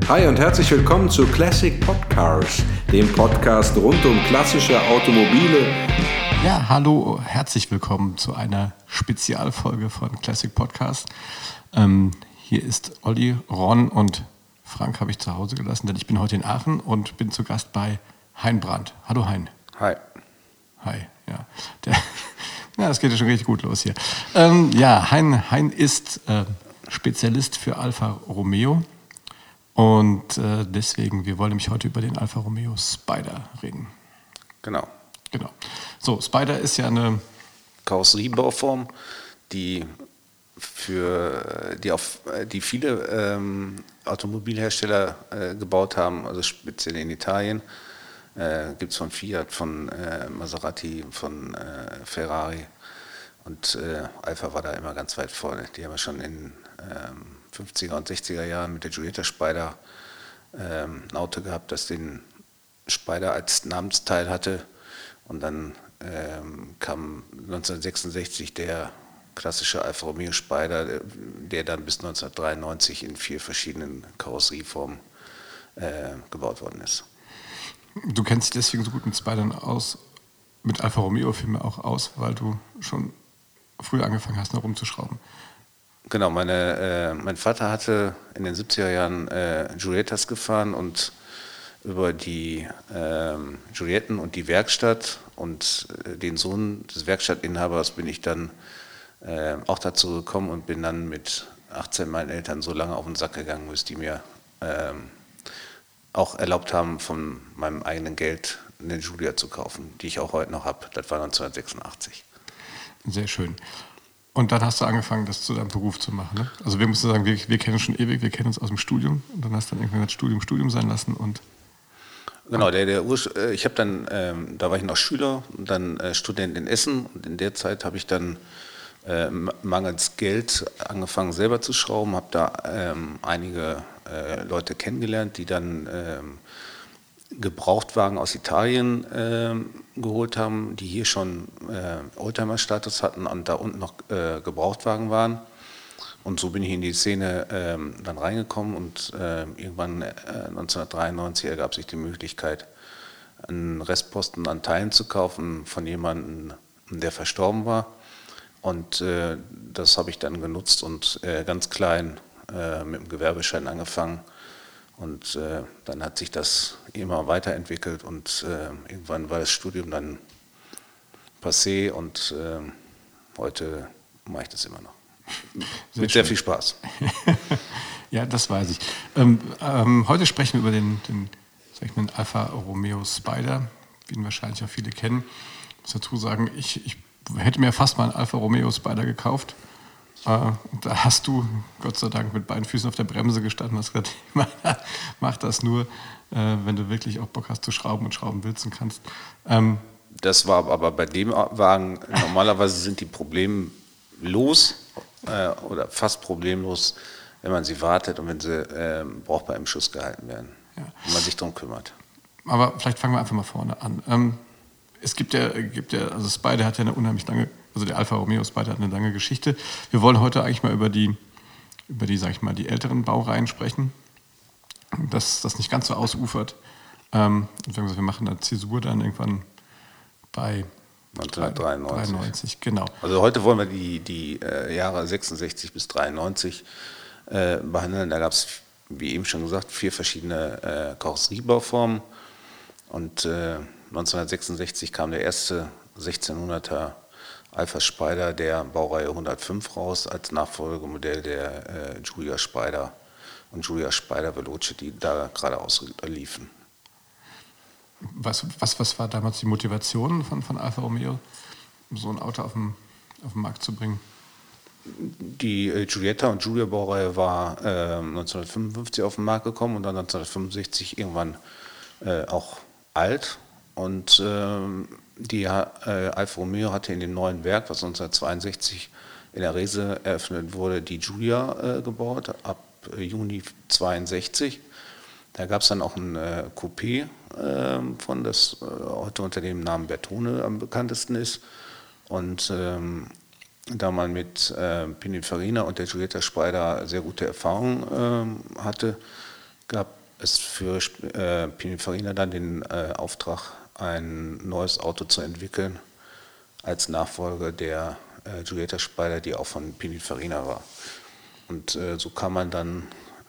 Hi und herzlich willkommen zu Classic Podcars, dem Podcast rund um klassische Automobile. Ja, hallo, herzlich willkommen zu einer Spezialfolge von Classic Podcast. Hier ist Olli, Ron und Frank habe ich zu Hause gelassen, denn ich bin heute in Aachen und bin zu Gast bei Hein Brandt. Hallo Hein. Hi. Hi, ja. Ja, das geht ja schon richtig gut los hier. Hein ist Spezialist für Alfa Romeo und deswegen, wir wollen nämlich heute über den Alfa Romeo Spider reden. Genau. So, Spider ist ja eine Karosseriebauform, die viele Automobilhersteller gebaut haben, also speziell in Italien. Gibt es von Fiat, von Maserati, von Ferrari und Alfa war da immer ganz weit vorne. Die haben ja schon in 50er und 60er Jahren mit der Giulietta Spider ein Auto gehabt, das den Spider als Namensteil hatte, und dann kam 1966 der klassische Alfa Romeo Spider, der dann bis 1993 in 4 verschiedenen Karosserieformen gebaut worden ist. Du kennst dich deswegen so gut mit Spidern aus, mit Alfa Romeo vielmehr auch aus, weil du schon früh angefangen hast, rumzuschrauben. Genau, mein Vater hatte in den 70er Jahren Giuliettas gefahren und über die Giulietten und die Werkstatt und den Sohn des Werkstattinhabers bin ich dann auch dazu gekommen und bin dann mit 18 meinen Eltern so lange auf den Sack gegangen, bis die mir auch erlaubt haben, von meinem eigenen Geld eine Giulia zu kaufen, die ich auch heute noch habe. Das war 1986. Sehr schön. Und dann hast du angefangen, das zu deinem Beruf zu machen, ne? Also wir müssen sagen, wir kennen uns schon ewig, wir kennen uns aus dem Studium. Und dann hast du dann irgendwann das Studium sein lassen und... Genau, ich habe dann, da war ich noch Schüler und dann Student in Essen, und in der Zeit habe ich dann mangels Geld angefangen selber zu schrauben, habe da einige Leute kennengelernt, die dann Gebrauchtwagen aus Italien geholt haben, die hier schon Oldtimer-Status hatten und da unten noch Gebrauchtwagen waren. Und so bin ich in die Szene dann reingekommen und irgendwann 1993 ergab sich die Möglichkeit, einen Restposten an Teilen zu kaufen von jemandem, der verstorben war. Und das habe ich dann genutzt und ganz klein mit dem Gewerbeschein angefangen. Und dann hat sich das immer weiterentwickelt und irgendwann war das Studium dann passé und heute mache ich das immer noch. Mit sehr viel Spaß. Ja, das weiß ich. Heute sprechen wir über den Alfa Romeo Spider, wie ihn wahrscheinlich auch viele kennen. Ich muss dazu sagen, ich hätte mir fast mal einen Alfa Romeo Spider gekauft. Und da hast du, Gott sei Dank, mit beiden Füßen auf der Bremse gestanden und hast gesagt, mach das nur, wenn du wirklich auch Bock hast zu schrauben und schrauben willst und kannst. Das war aber bei dem Wagen, normalerweise sind die problemlos oder fast problemlos, wenn man sie wartet und wenn sie brauchbar im Schuss gehalten werden, wenn man sich darum kümmert. Aber vielleicht fangen wir einfach mal vorne an. Es gibt ja, also Spider hat ja eine unheimlich lange, also der Alfa Romeo Spider hat eine lange Geschichte. Wir wollen heute eigentlich mal über die, sag ich mal, die älteren Baureihen sprechen, dass das nicht ganz so ausufert. Wir machen eine Zäsur dann irgendwann bei 1993. Genau. Also heute wollen wir die Jahre 66 bis 93 behandeln. Da gab es, wie eben schon gesagt, 4 verschiedene Karosseriebauformen. Und 1966 kam der erste 1600er Alfa Spider der Baureihe 105 raus, als Nachfolgemodell der Giulia Spider und Giulia Spider Veloce, die da gerade ausliefen. Was war damals die Motivation von Alfa Romeo, so ein Auto auf den Markt zu bringen? Die Giulietta und Giulia Baureihe war 1955 auf den Markt gekommen und dann 1965 irgendwann auch alt. Und die Alfa Romeo hatte in dem neuen Werk, was 1962 in der Rese eröffnet wurde, die Giulia gebaut, ab Juni 1962. Da gab es dann auch ein Coupé von, das heute unter dem Namen Bertone am bekanntesten ist. Und da man mit Pininfarina und der Giulietta Spider sehr gute Erfahrungen hatte, gab es für Pininfarina dann den Auftrag, ein neues Auto zu entwickeln als Nachfolger der Giulietta Spider, die auch von Pininfarina war. Und so kam man dann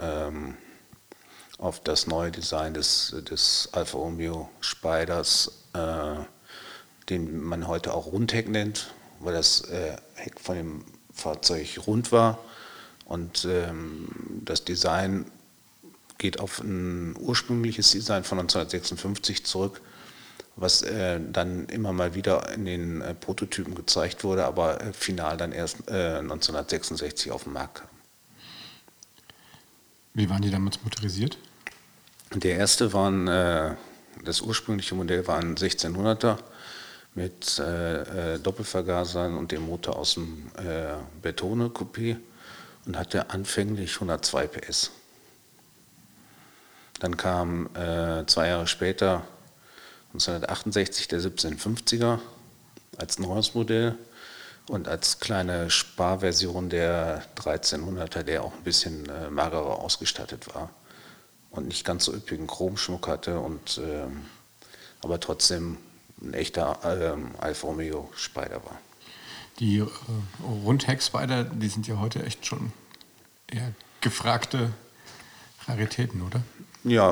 auf das neue Design des Alfa Romeo Spiders, den man heute auch Rundheck nennt, weil das Heck von dem Fahrzeug rund war. Und das Design geht auf ein ursprüngliches Design von 1956 zurück, was dann immer mal wieder in den Prototypen gezeigt wurde, aber final dann erst 1966 auf den Markt kam. Wie waren die damals motorisiert? Der erste waren, das ursprüngliche Modell war ein 1600er mit Doppelvergasern und dem Motor aus dem Bertone Coupé und hatte anfänglich 102 PS. Dann kam 2 Jahre später, 1968, der 1750er als neues Modell und als kleine Sparversion der 1300er, der auch ein bisschen magerer ausgestattet war und nicht ganz so üppigen Chromschmuck hatte, und aber trotzdem ein echter Alfa Romeo Spider war. Die Rundheck-Spider, die sind ja heute echt schon eher gefragte Raritäten, oder? Ja,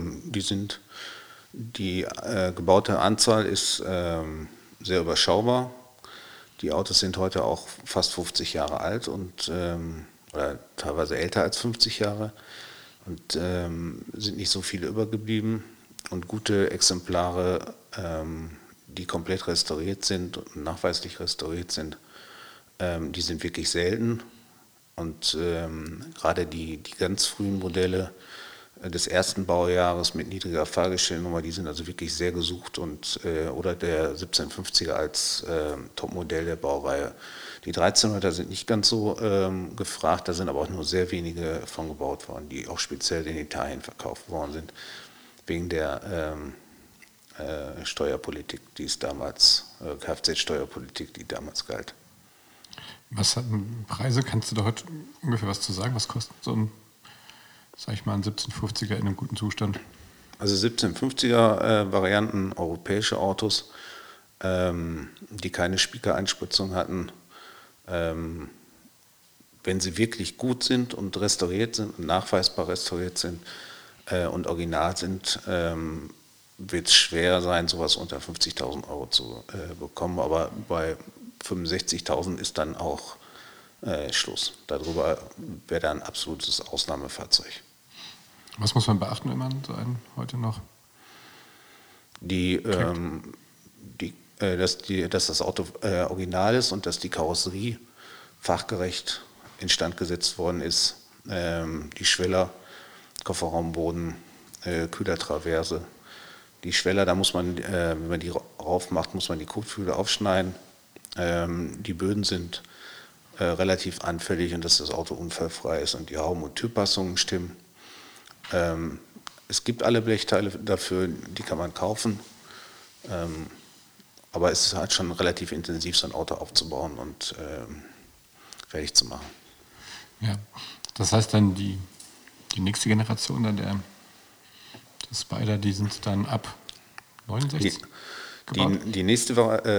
die gebaute Anzahl ist sehr überschaubar. Die Autos sind heute auch fast 50 Jahre alt und oder teilweise älter als 50 Jahre und sind nicht so viele übergeblieben. Und gute Exemplare, die komplett restauriert sind und nachweislich restauriert sind, die sind wirklich selten. Und gerade die ganz frühen Modelle des ersten Baujahres mit niedriger Fahrgestellnummer, die sind also wirklich sehr gesucht, und oder der 1750er als Topmodell der Baureihe. Die 1300er sind nicht ganz so gefragt, da sind aber auch nur sehr wenige von gebaut worden, die auch speziell in Italien verkauft worden sind, wegen der Steuerpolitik, die es damals, Kfz-Steuerpolitik, die damals galt. Was hatten Preise? Kannst du da heute ungefähr was zu sagen? Was kostet so ein, sag ich mal, ein 1750er in einem guten Zustand? Also 1750er Varianten, europäische Autos, die keine Spiekereinspritzung hatten, wenn sie wirklich gut sind und restauriert sind und nachweisbar restauriert sind und original sind, wird es schwer sein, sowas unter 50.000 Euro zu bekommen, aber bei 65.000 ist dann auch Schluss. Darüber wäre dann ein absolutes Ausnahmefahrzeug. Was muss man beachten, wenn man so einen heute noch dass das Auto original ist und dass die Karosserie fachgerecht instand gesetzt worden ist. Die Schweller, Kofferraumboden, Kühlertraverse. Die Schweller, da muss man, wenn man die raufmacht, muss man die Kotflügel aufschneiden. Die Böden sind relativ anfällig, und dass das Auto unfallfrei ist und die Haum- und Türpassungen stimmen. Es gibt alle Blechteile dafür, die kann man kaufen. Aber es ist halt schon relativ intensiv, so ein Auto aufzubauen und fertig zu machen. Ja, das heißt dann die nächste Generation dann der Spider, die sind dann ab 69 gebaut? Die nächste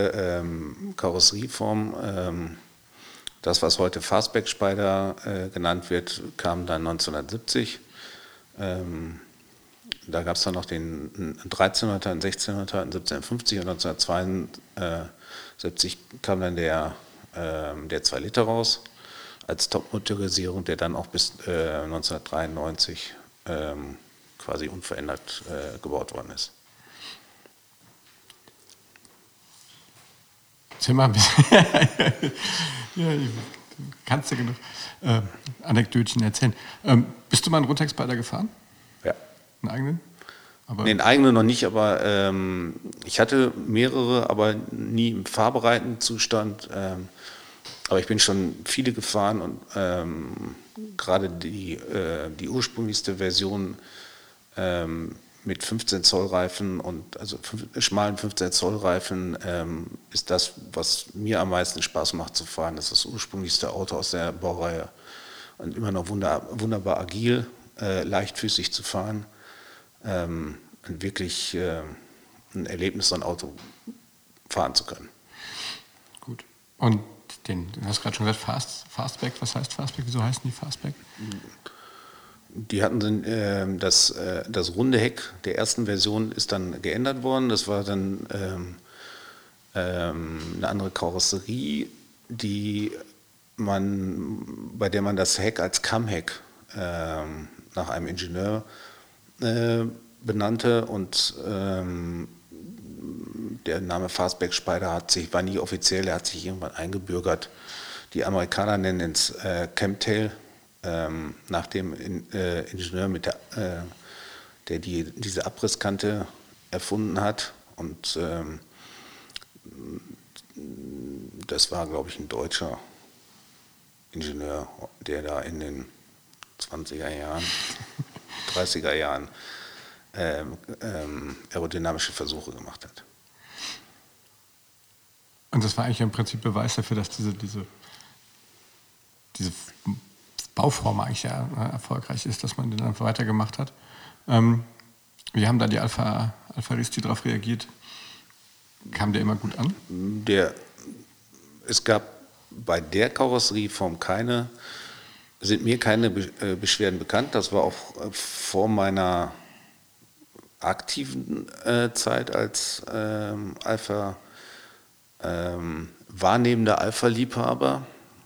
Karosserieform, das, was heute Fastback Spider genannt wird, kam dann 1970. Da gab es dann noch den 1300er, einen 1600er, einen 1750 und 1972 kam dann der 2 Liter raus als Topmotorisierung, der dann auch bis 1993 quasi unverändert gebaut worden ist. Erzähl mal ein bisschen. Ja, kannst du genug Anekdötchen erzählen. Bist du mal einen Rundheck-Spider gefahren? Ja. Einen eigenen? Nee, einen eigenen noch nicht, aber ich hatte mehrere, aber nie im fahrbereiten Zustand. Aber ich bin schon viele gefahren, und gerade die ursprünglichste Version mit 15 Zoll Reifen und also schmalen 15 Zoll Reifen ist das, was mir am meisten Spaß macht zu fahren. Das ist das ursprünglichste Auto aus der Baureihe und immer noch wunderbar agil, leichtfüßig zu fahren. wirklich ein Erlebnis, so ein Auto fahren zu können. Gut. Und du hast gerade schon gesagt, Fastback, was heißt Fastback? Wieso heißen die Fastback? Die hatten das runde Heck der ersten Version ist dann geändert worden. Das war dann eine andere Karosserie, bei der man das Heck als Kammheck nach einem Ingenieur benannte, und der Name Fastback Spider war nie offiziell, er hat sich irgendwann eingebürgert. Die Amerikaner nennen es Camtail, nach dem Ingenieur, der diese Abrisskante erfunden hat. Und das war, glaube ich, ein deutscher Ingenieur, der da in den 20er Jahren, 30er Jahren aerodynamische Versuche gemacht hat. Und das war eigentlich im Prinzip Beweis dafür, dass diese Bauform eigentlich erfolgreich ist, dass man den dann weitergemacht hat. Wie haben da die Alfa Risti darauf reagiert? Kam der immer gut an? Es gab bei der Karosserieform sind mir keine Beschwerden bekannt. Das war auch vor meiner aktiven Zeit als wahrnehmender Alpha-Liebhaber.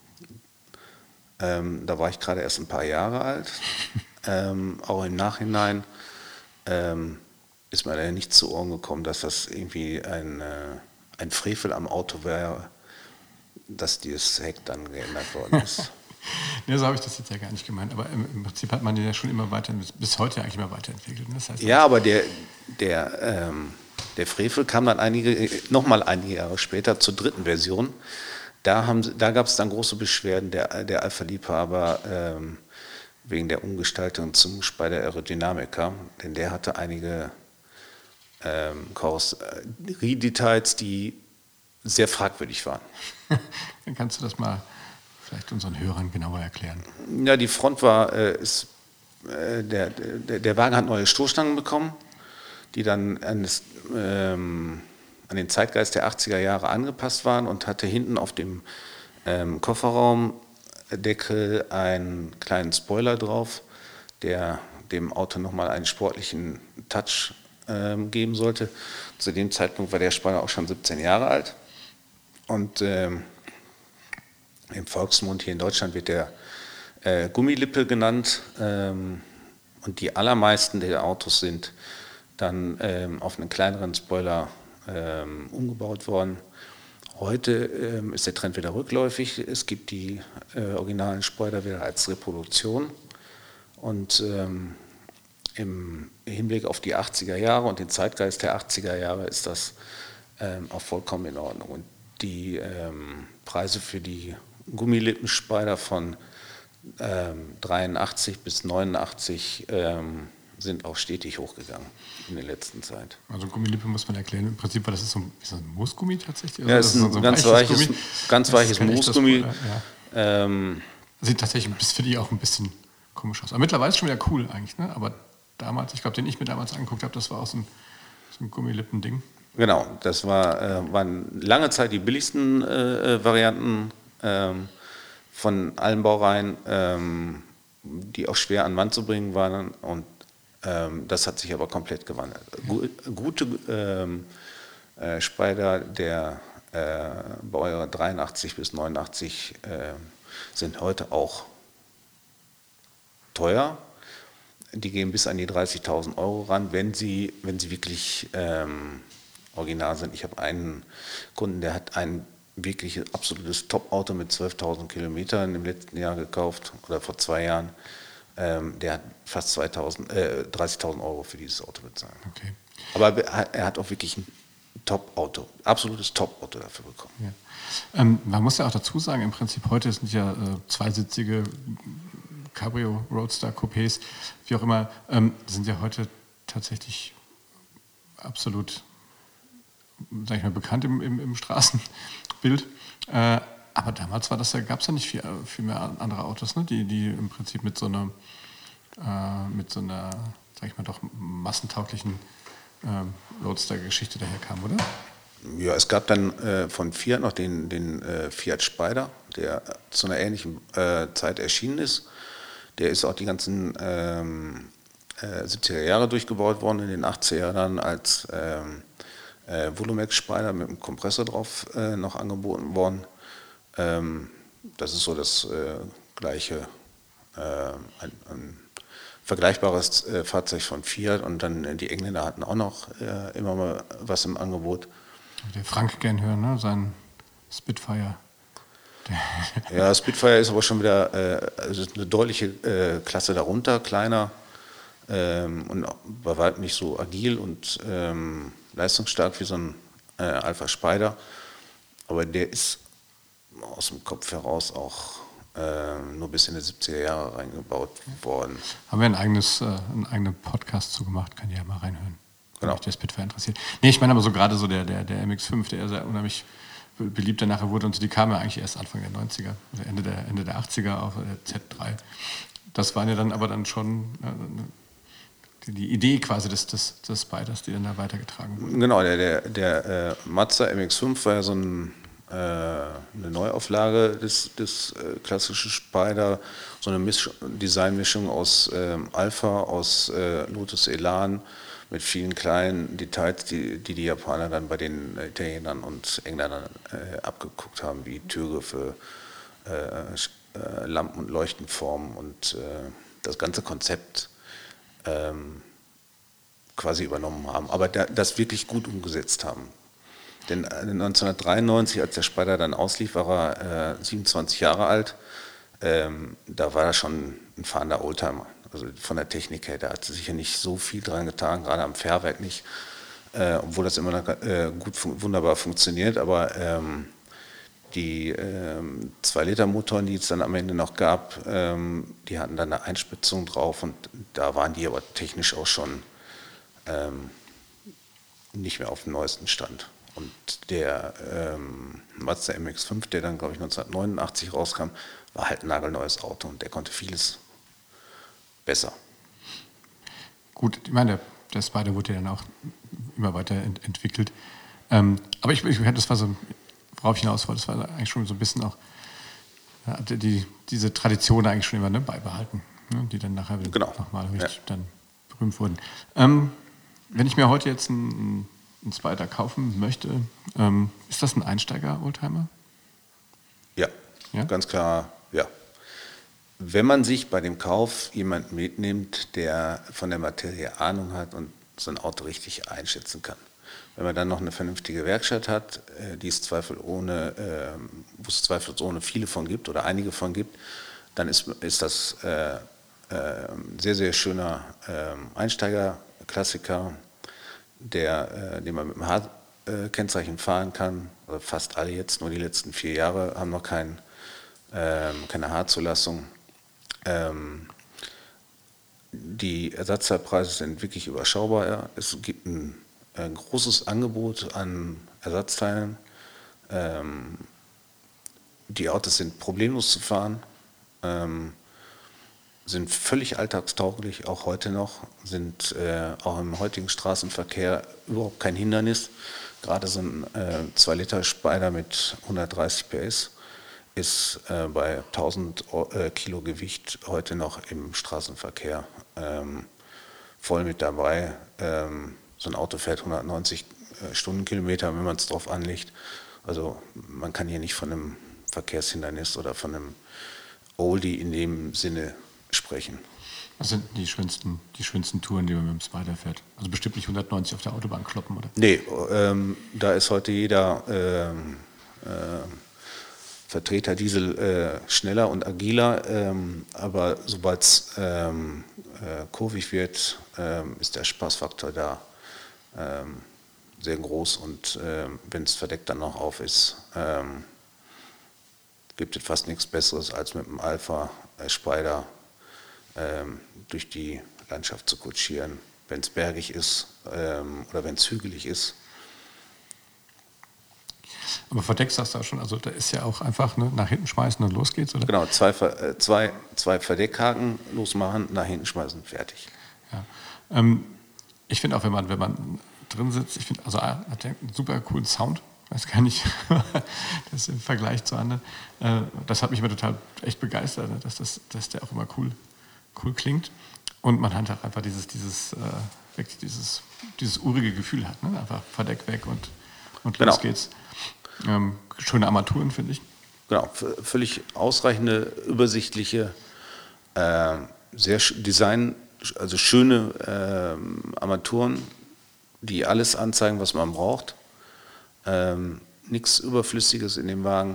Da war ich gerade erst ein paar Jahre alt. Auch im Nachhinein ist mir da nicht zu Ohren gekommen, dass das irgendwie ein Frevel am Auto wäre, dass dieses Heck dann geändert worden ist. Ja, so habe ich das jetzt ja gar nicht gemeint, aber im Prinzip hat man den ja schon immer bis heute eigentlich immer weiterentwickelt. Das heißt, ja, aber der Frevel kam dann nochmal einige Jahre später zur dritten Version. Da gab es dann große Beschwerden der Alpha-Liebhaber wegen der Umgestaltung zum Spider Aerodynamica, denn der hatte einige Karosseriedetails, die sehr fragwürdig waren. Dann kannst du das mal vielleicht unseren Hörern genauer erklären. Ja, die Front war, der Wagen hat neue Stoßstangen bekommen, die dann an den Zeitgeist der 80er Jahre angepasst waren, und hatte hinten auf dem Kofferraumdeckel einen kleinen Spoiler drauf, der dem Auto nochmal einen sportlichen Touch geben sollte. Zu dem Zeitpunkt war der Spoiler auch schon 17 Jahre alt. Und im Volksmund hier in Deutschland wird der Gummilippe genannt. Und die allermeisten der Autos sind dann auf einen kleineren Spoiler umgebaut worden. Heute ist der Trend wieder rückläufig. Es gibt die originalen Spoiler wieder als Reproduktion. Und im Hinblick auf die 80er Jahre und den Zeitgeist der 80er Jahre ist das auch vollkommen in Ordnung. Und die Preise für die Gummilippenspider von 83 bis 89 sind auch stetig hochgegangen in der letzten Zeit. Also Gummilippe muss man erklären. Im Prinzip war das so ein Moosgummi tatsächlich? Ja, es ist ein ganz weiches Moosgummi. Ja. Sieht tatsächlich, finde ich, auch ein bisschen komisch aus. Aber mittlerweile ist es schon wieder cool eigentlich, ne? Aber damals, ich glaube, den ich mir damals angeguckt habe, das war auch so ein Gummilippen-Ding. Genau, das waren lange Zeit die billigsten Varianten von allen Baureihen, die auch schwer an Mann zu bringen waren, und das hat sich aber komplett gewandelt. Gute Spider der Baujahre 83 bis 89 sind heute auch teuer. Die gehen bis an die 30.000 Euro ran, wenn sie wirklich original sind. Ich habe einen Kunden, der hat ein wirklich absolutes Top-Auto mit 12.000 Kilometern im letzten Jahr gekauft, oder vor 2 Jahren. Der hat fast 30.000 Euro für dieses Auto bezahlt. Okay. Aber er hat auch wirklich ein Top-Auto, absolutes Top-Auto dafür bekommen. Ja. Man muss ja auch dazu sagen, im Prinzip heute sind ja zweisitzige Cabrio, Roadster, Coupés, wie auch immer, sind ja heute tatsächlich absolut, sag ich mal, bekannt im Straßenbild. Aber damals gab es ja nicht viel mehr andere Autos, ne? die im Prinzip mit so einer mit so einer, sag ich mal, doch massentauglichen Roadster-Geschichte daherkam, oder? Ja, es gab dann von Fiat noch den Fiat Spider, der zu einer ähnlichen Zeit erschienen ist. Der ist auch die ganzen 70er Jahre durchgebaut worden, in den 80er Jahren als Volumex Spider mit einem Kompressor drauf noch angeboten worden. Das ist so das gleiche, ein vergleichbares Fahrzeug von Fiat, und dann die Engländer hatten auch noch immer mal was im Angebot. Der Frank gern hören, ne? Sein Spitfire. Ja, Spitfire ist aber schon wieder also eine deutliche Klasse darunter, kleiner und bei weitem nicht so agil und leistungsstark wie so ein Alpha Spider. Aber der ist aus dem Kopf heraus auch nur bis in die 70er Jahre reingebaut worden. Haben wir einen eigenen Podcast zu gemacht, könnt ihr ja mal reinhören, wenn Genau. euch der Spitfire interessiert. Nee, ich meine aber so gerade so der MX-5, der sehr unheimlich beliebt nachher wurde, und die kam ja eigentlich erst Anfang der 90er, also Ende der 80er auf der Z3. Das waren ja dann aber dann schon die Idee quasi des Spiders, die dann da weitergetragen wurde. Genau, der Mazda MX-5 war ja so eine Neuauflage des klassischen Spider, so eine Designmischung aus Alpha, aus Lotus Elan, mit vielen kleinen Details, die Japaner dann bei den Italienern und Engländern abgeguckt haben, wie Türgriffe, Lampen- und Leuchtenformen und das ganze Konzept quasi übernommen haben, aber das wirklich gut umgesetzt haben. Denn 1993, als der Spider dann auslief, war er 27 Jahre alt. Da war er schon ein fahrender Oldtimer. Also von der Technik her, da hat sich ja nicht so viel dran getan, gerade am Fahrwerk nicht, obwohl das immer noch wunderbar funktioniert. Aber die 2-Liter-Motoren, die es dann am Ende noch gab, die hatten dann eine Einspitzung drauf, und da waren die aber technisch auch schon nicht mehr auf dem neuesten Stand. Und der Mazda MX-5, der dann, glaube ich, 1989 rauskam, war halt ein nagelneues Auto, und der konnte vieles besser. Gut, ich meine, der Spider wurde ja dann auch immer weiter entwickelt. Aber das war so, worauf ich hinaus wollte, das war eigentlich schon so ein bisschen auch, ja, diese Tradition eigentlich schon immer beibehalten, ne, die dann nachher nochmal richtig dann berühmt wurden. Wenn ich mir heute jetzt einen Spider kaufen möchte, ist das ein Einsteiger-Oldtimer? Ja, ganz klar, ja. Wenn man sich bei dem Kauf jemanden mitnimmt, der von der Materie Ahnung hat und so ein Auto richtig einschätzen kann. Wenn man dann noch eine vernünftige Werkstatt hat, wo es zweifelsohne viele von gibt oder einige von gibt, dann ist das sehr, sehr schöner Einsteiger-Klassiker, den man mit dem H-Kennzeichen fahren kann. Also fast alle jetzt, nur die letzten 4 Jahre haben noch keine H-Zulassung. Die Ersatzteilpreise sind wirklich überschaubar. Ja. Es gibt ein großes Angebot an Ersatzteilen. Die Autos sind problemlos zu fahren, sind völlig alltagstauglich, auch heute noch, sind auch im heutigen Straßenverkehr überhaupt kein Hindernis. Gerade so ein 2-Liter Spider mit 130 PS ist bei 1000 Kilo Gewicht heute noch im Straßenverkehr voll mit dabei. So ein Auto fährt 190 Stundenkilometer, wenn man es drauf anlegt. Also man kann hier nicht von einem Verkehrshindernis oder von einem Oldie in dem Sinne sprechen. Was sind die schönsten Touren, die man mit dem Spider fährt? Also bestimmt nicht 190 auf der Autobahn kloppen, oder? Nee, da ist heute jeder Vertreter Diesel schneller und agiler, aber sobald es kurvig wird, ist der Spaßfaktor da sehr groß, und wenn es verdeckt dann noch auf ist, gibt es fast nichts Besseres, als mit dem Alpha Spider durch die Landschaft zu kutschieren, wenn es bergig ist oder wenn es hügelig ist. Aber Verdeck sagst du auch schon, also da ist ja auch einfach nach hinten schmeißen und los geht's, oder? Genau, zwei Verdeckhaken losmachen, nach hinten schmeißen, fertig. Ja. Ich finde auch, wenn man drin sitzt, ich finde, also hat der einen super coolen Sound. Weiß gar nicht, das im Vergleich zu anderen. Das hat mich immer total echt begeistert, ne? dass der auch immer cool klingt. Und man hat auch einfach dieses urige Gefühl hat. Ne? Einfach Verdeck weg und los geht's. Schöne Armaturen, finde ich. Genau, völlig ausreichende, übersichtliche, sehr Design, also schöne Armaturen, die alles anzeigen, was man braucht. Nichts Überflüssiges in dem Wagen.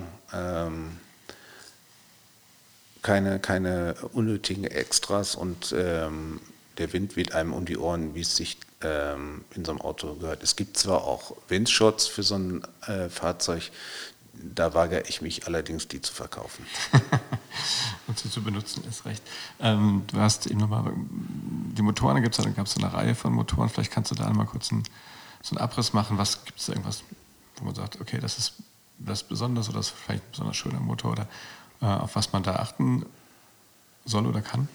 Keine unnötigen Extras und der Wind weht einem um die Ohren, wie es sich in so einem Auto gehört. Es gibt zwar auch Windshots für so ein Fahrzeug, da weigere ich mich allerdings, die zu verkaufen. Und sie zu benutzen, ist recht. Du hast eben nochmal die Motoren, dann gab es eine Reihe von Motoren, vielleicht kannst du da einmal kurz so einen Abriss machen. Was gibt es da irgendwas, wo man sagt, okay, das ist besonders oder das ist vielleicht ein besonders schöner Motor oder auf was man da achten soll oder kann?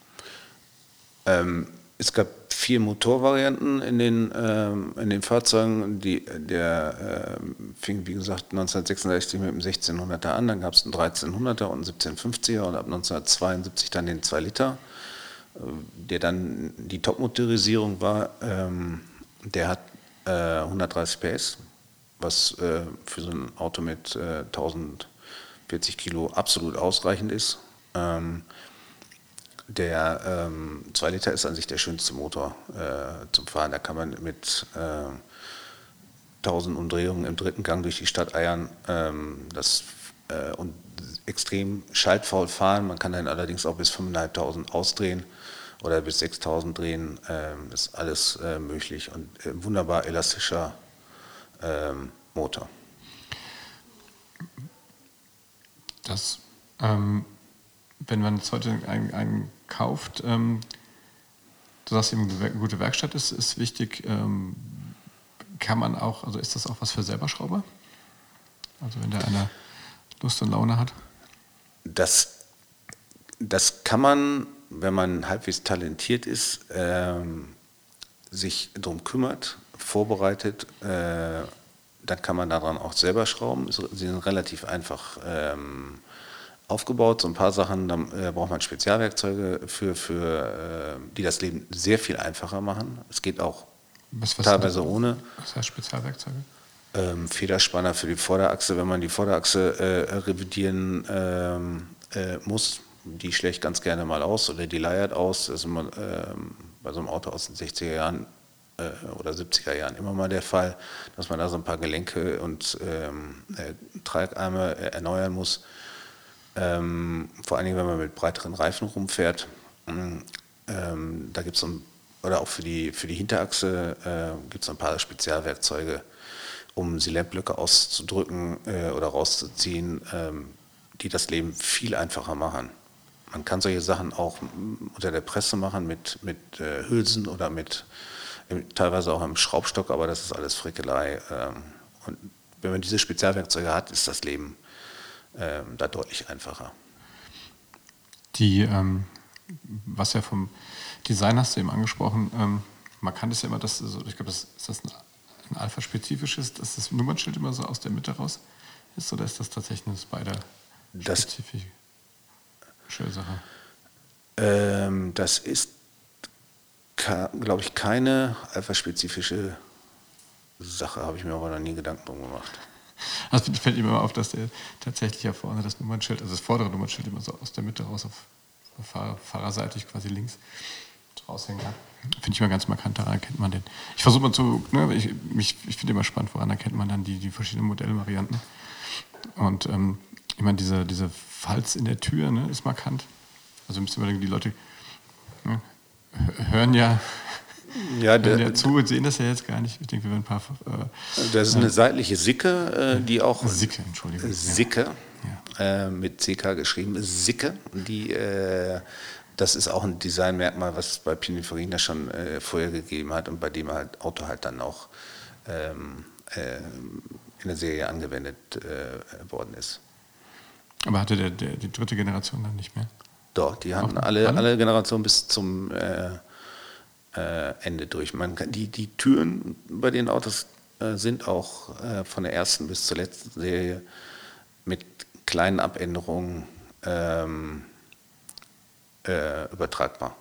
Es gab 4 Motorvarianten in den Fahrzeugen. Der fing, wie gesagt, 1966 mit dem 1600er an, dann gab es einen 1300er und einen 1750er und ab 1972 dann den 2 Liter, der dann die Topmotorisierung war. Der hat 130 PS, was für so ein Auto mit 1040 Kilo absolut ausreichend ist. Der 2 Liter ist an sich der schönste Motor zum Fahren. Da kann man mit 1000 Umdrehungen im 3. Gang durch die Stadt eiern und extrem schaltfaul fahren. Man kann dann allerdings auch bis 5.500 ausdrehen oder bis 6.000 drehen. Ist alles möglich und wunderbar elastischer Motor. Das wenn man jetzt heute einen kauft, du sagst eben, eine gute Werkstatt ist wichtig, kann man auch, also ist das auch was für Selberschrauber? Also wenn da einer Lust und Laune hat? Das kann man, wenn man halbwegs talentiert ist, sich darum kümmert, vorbereitet, dann kann man daran auch selber schrauben. Sie sind relativ einfach aufgebaut. So ein paar Sachen, da braucht man Spezialwerkzeuge für die das Leben sehr viel einfacher machen. Es geht auch teilweise ohne. Was heißt Spezialwerkzeuge? Federspanner für die Vorderachse, wenn man die Vorderachse revidieren muss, die schlägt ganz gerne mal aus oder die leiert aus. Das ist immer, bei so einem Auto aus den 60er Jahren oder 70er Jahren immer mal der Fall, dass man da so ein paar Gelenke und Tragarme erneuern muss. Vor allen Dingen, wenn man mit breiteren Reifen rumfährt. Da gibt es oder auch für die Hinterachse gibt es ein paar Spezialwerkzeuge, um Silentblöcke auszudrücken oder rauszuziehen, die das Leben viel einfacher machen. Man kann solche Sachen auch unter der Presse machen mit Hülsen oder teilweise auch im Schraubstock, aber das ist alles Frickelei. Und wenn man diese Spezialwerkzeuge hat, ist das Leben da deutlich einfacher. Was ja vom Design hast du eben angesprochen, man kann das ja immer, ich glaube, ist das ein Alpha-spezifisches, dass das Nummernschild immer so aus der Mitte raus ist, oder ist das tatsächlich eine Spider-spezifische Sache? Das ist, glaube ich, keine Alpha-spezifische Sache, habe ich mir aber noch nie Gedanken drum gemacht. Also fällt immer auf, dass der tatsächlich ja vorne das Nummernschild, also das vordere Nummernschild immer so aus der Mitte raus auf fahrerseitig quasi links raushängen hat. Finde ich immer ganz markant, daran erkennt man den. Ich versuche mal ich finde immer spannend, woran erkennt man dann die verschiedenen Modellvarianten. Und ich meine, diese Falz in der Tür, ne, ist markant. Also müssen wir die Leute hören ja zu und sehen das ja jetzt gar nicht. Ich denke, wir werden ein paar... das ist eine seitliche Sicke, die auch... Sicke, Entschuldigung. Sicke, ja. Mit CK geschrieben. Sicke, das ist auch ein Designmerkmal, was es bei Pininfarina schon vorher gegeben hat und bei dem Auto halt dann auch in der Serie angewendet worden ist. Aber hatte die dritte Generation dann nicht mehr? Doch, die hatten alle Generationen bis zum Ende durch. Die Türen bei den Autos sind auch von der ersten bis zur letzten Serie mit kleinen Abänderungen übertragbar.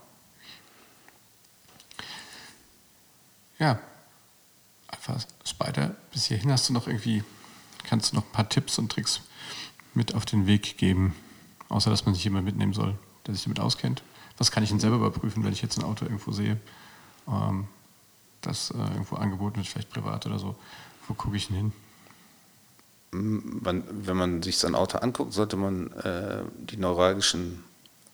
Ja, Alpha Spider, bis hierhin kannst du noch ein paar Tipps und Tricks mit auf den Weg geben, außer dass man sich jemand mitnehmen soll, der sich damit auskennt. Was kann ich denn selber überprüfen, wenn ich jetzt ein Auto irgendwo sehe, das irgendwo angeboten wird, vielleicht privat oder so? Wo gucke ich denn hin? Wenn man sich so ein Auto anguckt, sollte man die neuralgischen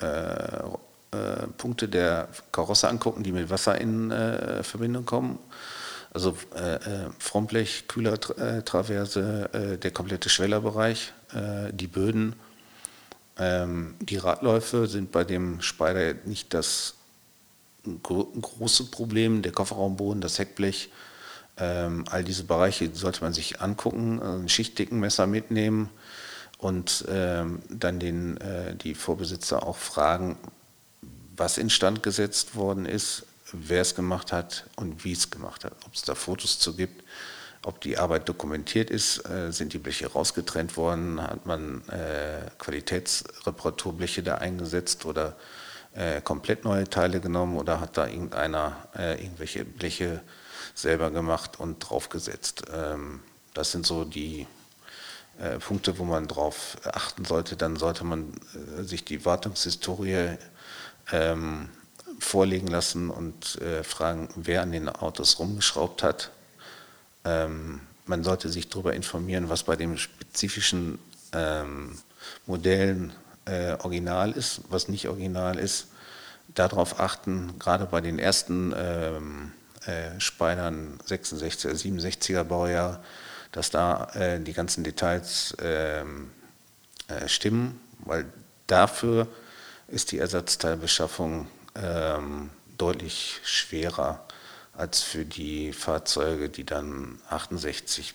Punkte der Karosse angucken, die mit Wasser in Verbindung kommen. Also Frontblech, Kühlertraverse, der komplette Schwellerbereich, die Böden. Die Radläufe sind bei dem Spider nicht das große Problem. Der Kofferraumboden, das Heckblech, all diese Bereiche sollte man sich angucken, ein Schichtdickenmesser mitnehmen und dann die Vorbesitzer auch fragen, was instand gesetzt worden ist, wer es gemacht hat und wie es gemacht hat. Ob es da Fotos zu gibt, ob die Arbeit dokumentiert ist, sind die Bleche rausgetrennt worden, hat man Qualitätsreparaturbleche da eingesetzt oder komplett neue Teile genommen oder hat da irgendeiner irgendwelche Bleche selber gemacht und draufgesetzt. Das sind so die Punkte, wo man drauf achten sollte. Dann sollte man sich die Wartungshistorie vorlegen lassen und fragen, wer an den Autos rumgeschraubt hat. Man sollte sich darüber informieren, was bei den spezifischen Modellen original ist, was nicht original ist. Darauf achten, gerade bei den ersten Spidern 66er, 67er Baujahr, dass da die ganzen Details stimmen, weil dafür ist die Ersatzteilbeschaffung deutlich schwerer als für die Fahrzeuge, die dann 68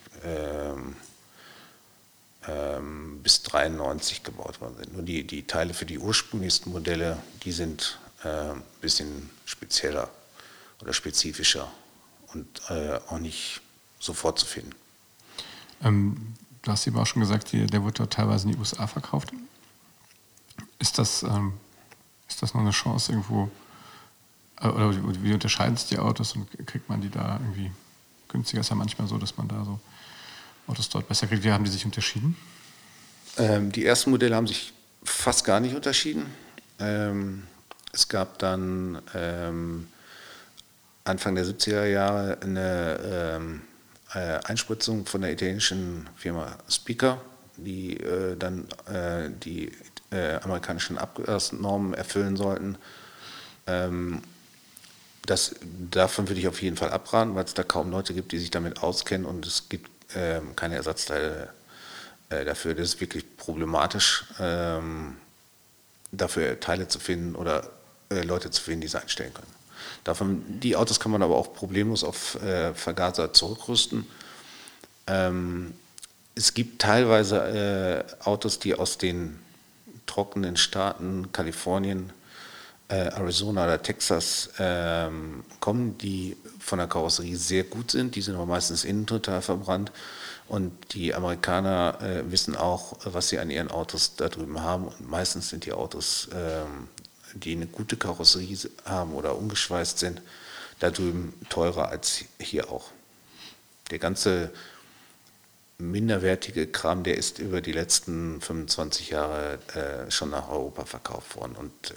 bis 93 gebaut worden sind. Nur die Teile für die ursprünglichsten Modelle, die sind ein bisschen spezieller oder spezifischer und auch nicht sofort zu finden. Du hast eben auch schon gesagt, der wird dort teilweise in die USA verkauft. Ist das noch eine Chance irgendwo, oder wie unterscheiden sich die Autos und kriegt man die da irgendwie günstiger? Ist ja manchmal so, dass man da so Autos dort besser kriegt. Wie haben die sich unterschieden? Die ersten Modelle haben sich fast gar nicht unterschieden. Es gab dann Anfang der 70er Jahre eine Einspritzung von der italienischen Firma Spica, die dann die amerikanischen Abgasnormen erfüllen sollten. Davon würde ich auf jeden Fall abraten, weil es da kaum Leute gibt, die sich damit auskennen und es gibt keine Ersatzteile dafür. Das ist wirklich problematisch, dafür Teile zu finden oder Leute zu finden, die es einstellen können. Die Autos kann man aber auch problemlos auf Vergaser zurückrüsten. Es gibt teilweise Autos, die aus den trockenen Staaten, Kalifornien, Arizona oder Texas kommen, die von der Karosserie sehr gut sind. Die sind aber meistens innen total verbrannt. Und die Amerikaner wissen auch, was sie an ihren Autos da drüben haben. Und meistens sind die Autos, die eine gute Karosserie haben oder ungeschweißt sind, da drüben teurer als hier auch. Der ganze minderwertige Kram, der ist über die letzten 25 Jahre schon nach Europa verkauft worden. Und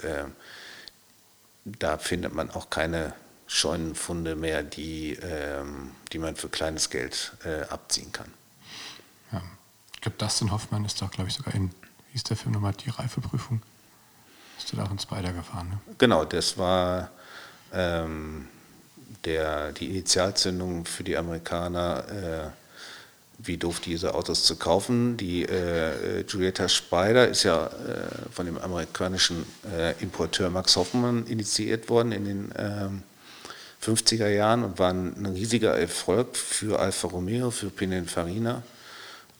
da findet man auch keine Scheunenfunde mehr, die man für kleines Geld abziehen kann. Ja. Ich glaube, Dustin Hoffmann ist doch, glaube ich, sogar wie hieß der Film nochmal, die Reifeprüfung. Bist du da auch in Spider gefahren, ne? Genau, das war die Initialzündung für die Amerikaner, wie doof diese Autos zu kaufen. Die Giulietta Spider ist ja von dem amerikanischen Importeur Max Hoffmann initiiert worden in den 50er Jahren und war ein riesiger Erfolg für Alfa Romeo, für Pininfarina.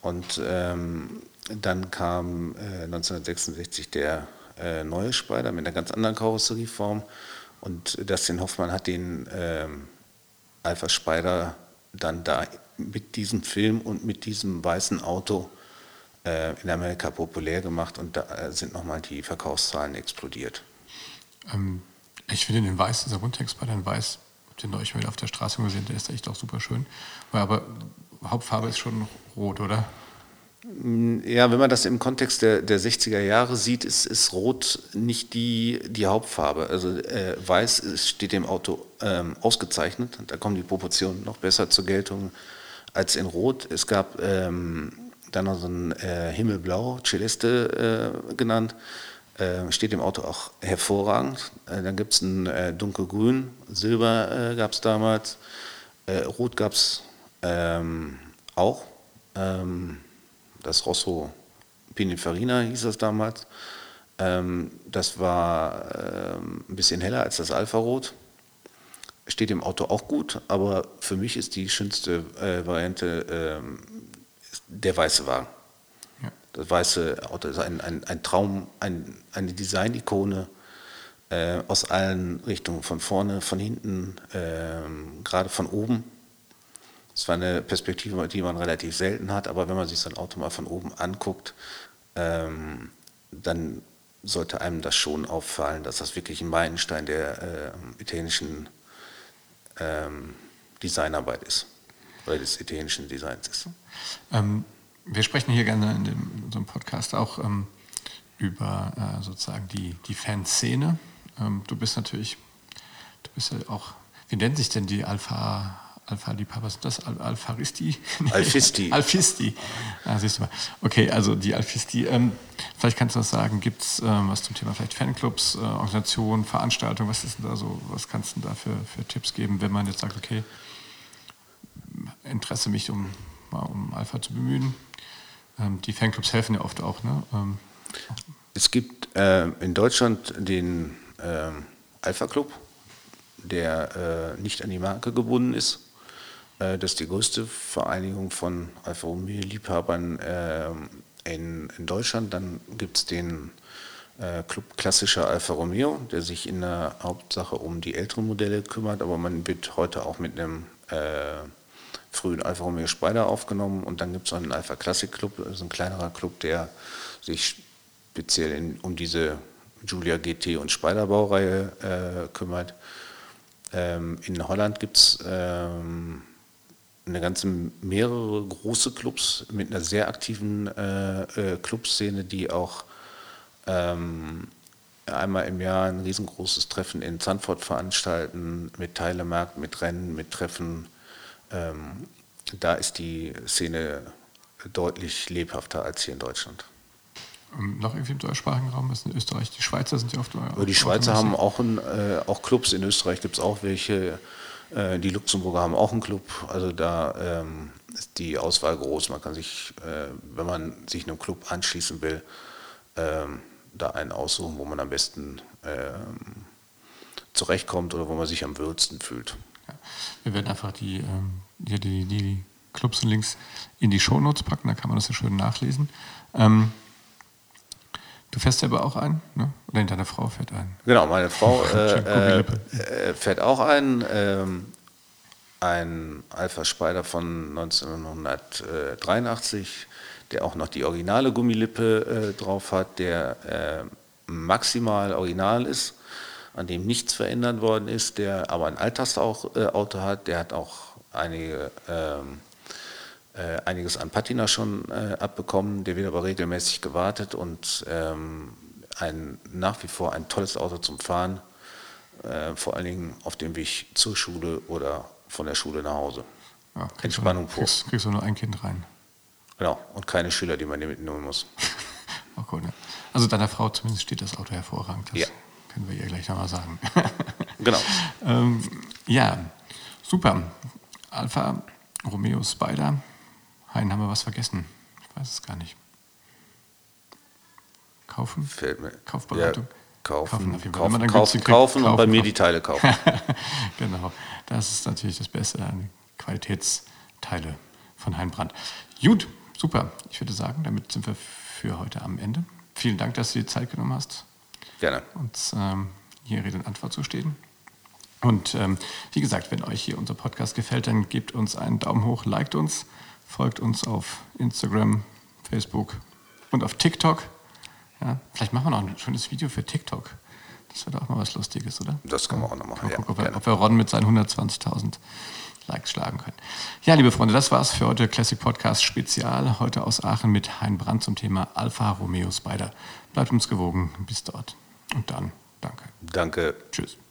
Und dann kam 1966 der neue Spider mit einer ganz anderen Karosserieform. Und Dustin Hoffmann hat den Alpha Spider dann da mit diesem Film und mit diesem weißen Auto in Amerika populär gemacht. Und da sind nochmal die Verkaufszahlen explodiert. Ich finde den Weiß, dieser Rundtext-Spider in Weiß, den neulich mal auf der Straße gesehen, der ist echt auch super schön. Aber Hauptfarbe ist schon rot, oder? Ja, wenn man das im Kontext der 60er Jahre sieht, ist Rot nicht die Hauptfarbe. Also Weiß steht dem Auto ausgezeichnet. Da kommen die Proportionen noch besser zur Geltung als in Rot. Es gab dann noch so ein Himmelblau, Celeste genannt. Steht dem Auto auch hervorragend. Dann gibt es ein Dunkelgrün, Silber gab es damals. Rot gab es auch. Das Rosso Pininfarina hieß das damals. Das war ein bisschen heller als das Alpha-Rot. Steht im Auto auch gut, aber für mich ist die schönste Variante der weiße Wagen. Ja. Das weiße Auto ist ein Traum, eine Design-Ikone aus allen Richtungen, von vorne, von hinten, gerade von oben. Das war eine Perspektive, die man relativ selten hat, aber wenn man sich so ein Auto mal von oben anguckt, dann sollte einem das schon auffallen, dass das wirklich ein Meilenstein der italienischen Designarbeit ist, oder des italienischen Designs ist. Wir sprechen hier gerne in unserem Podcast auch über sozusagen die Fanszene. Du bist ja auch, wie nennt sich denn die Alpha-Liebhaber, sind das Alpharisti? Alfisti. Alfisti. Siehst du mal. Okay, also die Alfisti. Vielleicht kannst du was sagen, gibt es was zum Thema vielleicht Fanclubs, Organisationen, Veranstaltungen, was ist denn da so, was kannst du da für Tipps geben, wenn man jetzt sagt, okay, Interesse mich um Alpha zu bemühen. Die Fanclubs helfen ja oft auch, ne? Es gibt in Deutschland den Alpha Club, der nicht an die Marke gebunden ist. Das ist die größte Vereinigung von Alfa Romeo-Liebhabern in Deutschland. Dann gibt es den Club Klassischer Alfa Romeo, der sich in der Hauptsache um die älteren Modelle kümmert, aber man wird heute auch mit einem frühen Alfa Romeo Spider aufgenommen. Und dann gibt es noch einen Alpha Classic Club, das ist ein kleinerer Club, der sich speziell um diese Giulia GT und Spider Baureihe kümmert. In Holland gibt es mehrere große Clubs mit einer sehr aktiven Clubszene, die auch einmal im Jahr ein riesengroßes Treffen in Zandvoort veranstalten, mit Teilemarkt, mit Rennen, mit Treffen. Da ist die Szene deutlich lebhafter als hier in Deutschland. Noch irgendwie im deutschsprachigen Raum ist in Österreich, die Schweizer sind ja oft... Die Schweizer haben auch Clubs, in Österreich gibt es auch welche, die Luxemburger haben auch einen Club, also da ist die Auswahl groß, man kann sich, wenn man sich einem Club anschließen will, da einen aussuchen, wo man am besten zurechtkommt oder wo man sich am wohlsten fühlt. Ja. Wir werden einfach die Clubs und Links in die Shownotes packen, da kann man das ja schön nachlesen. Du fährst selber auch ein, ne? Oder deine Frau fährt ein? Genau, meine Frau fährt auch ein Alpha Spider von 1983, der auch noch die originale Gummilippe drauf hat, der maximal original ist, an dem nichts verändert worden ist, der aber ein Alltagsauto hat, der hat auch einiges an Patina schon abbekommen, der wird aber regelmäßig gewartet und nach wie vor ein tolles Auto zum Fahren, vor allen Dingen auf dem Weg zur Schule oder von der Schule nach Hause. Ja, Entspannung pur. Kriegst du nur ein Kind rein. Genau, und keine Schüler, die man mitnehmen muss. Oh, cool, ne? Also deiner Frau zumindest steht das Auto hervorragend, das können wir ihr gleich nochmal sagen. Genau. Ja, super. Alfa Romeo Spider. Hein, haben wir was vergessen? Ich weiß es gar nicht. Kaufen? Fällt mir. Kaufberatung? Ja, kaufen und bei mir die Teile kaufen. Genau, das ist natürlich das Beste an Qualitätsteile von Hein Brandt. Gut, Super, ich würde sagen, damit sind wir für heute am Ende. Vielen Dank, dass du dir Zeit genommen hast, Gerne. uns hier Rede und Antwort zu stehen. Und wie gesagt, wenn euch hier unser Podcast gefällt, dann gebt uns einen Daumen hoch, liked uns, folgt uns auf Instagram, Facebook und auf TikTok. Ja, vielleicht machen wir noch ein schönes Video für TikTok. Das wäre doch auch mal was Lustiges, oder? Das können wir auch noch machen. Mal gucken, ob wir Ron mit seinen 120.000 Likes schlagen können. Ja, liebe Freunde, das war's für heute Classic Podcast Spezial. Heute aus Aachen mit Hein Brandt zum Thema Alfa Romeo Spider. Bleibt uns gewogen. Bis dort. Und dann, danke. Danke. Tschüss.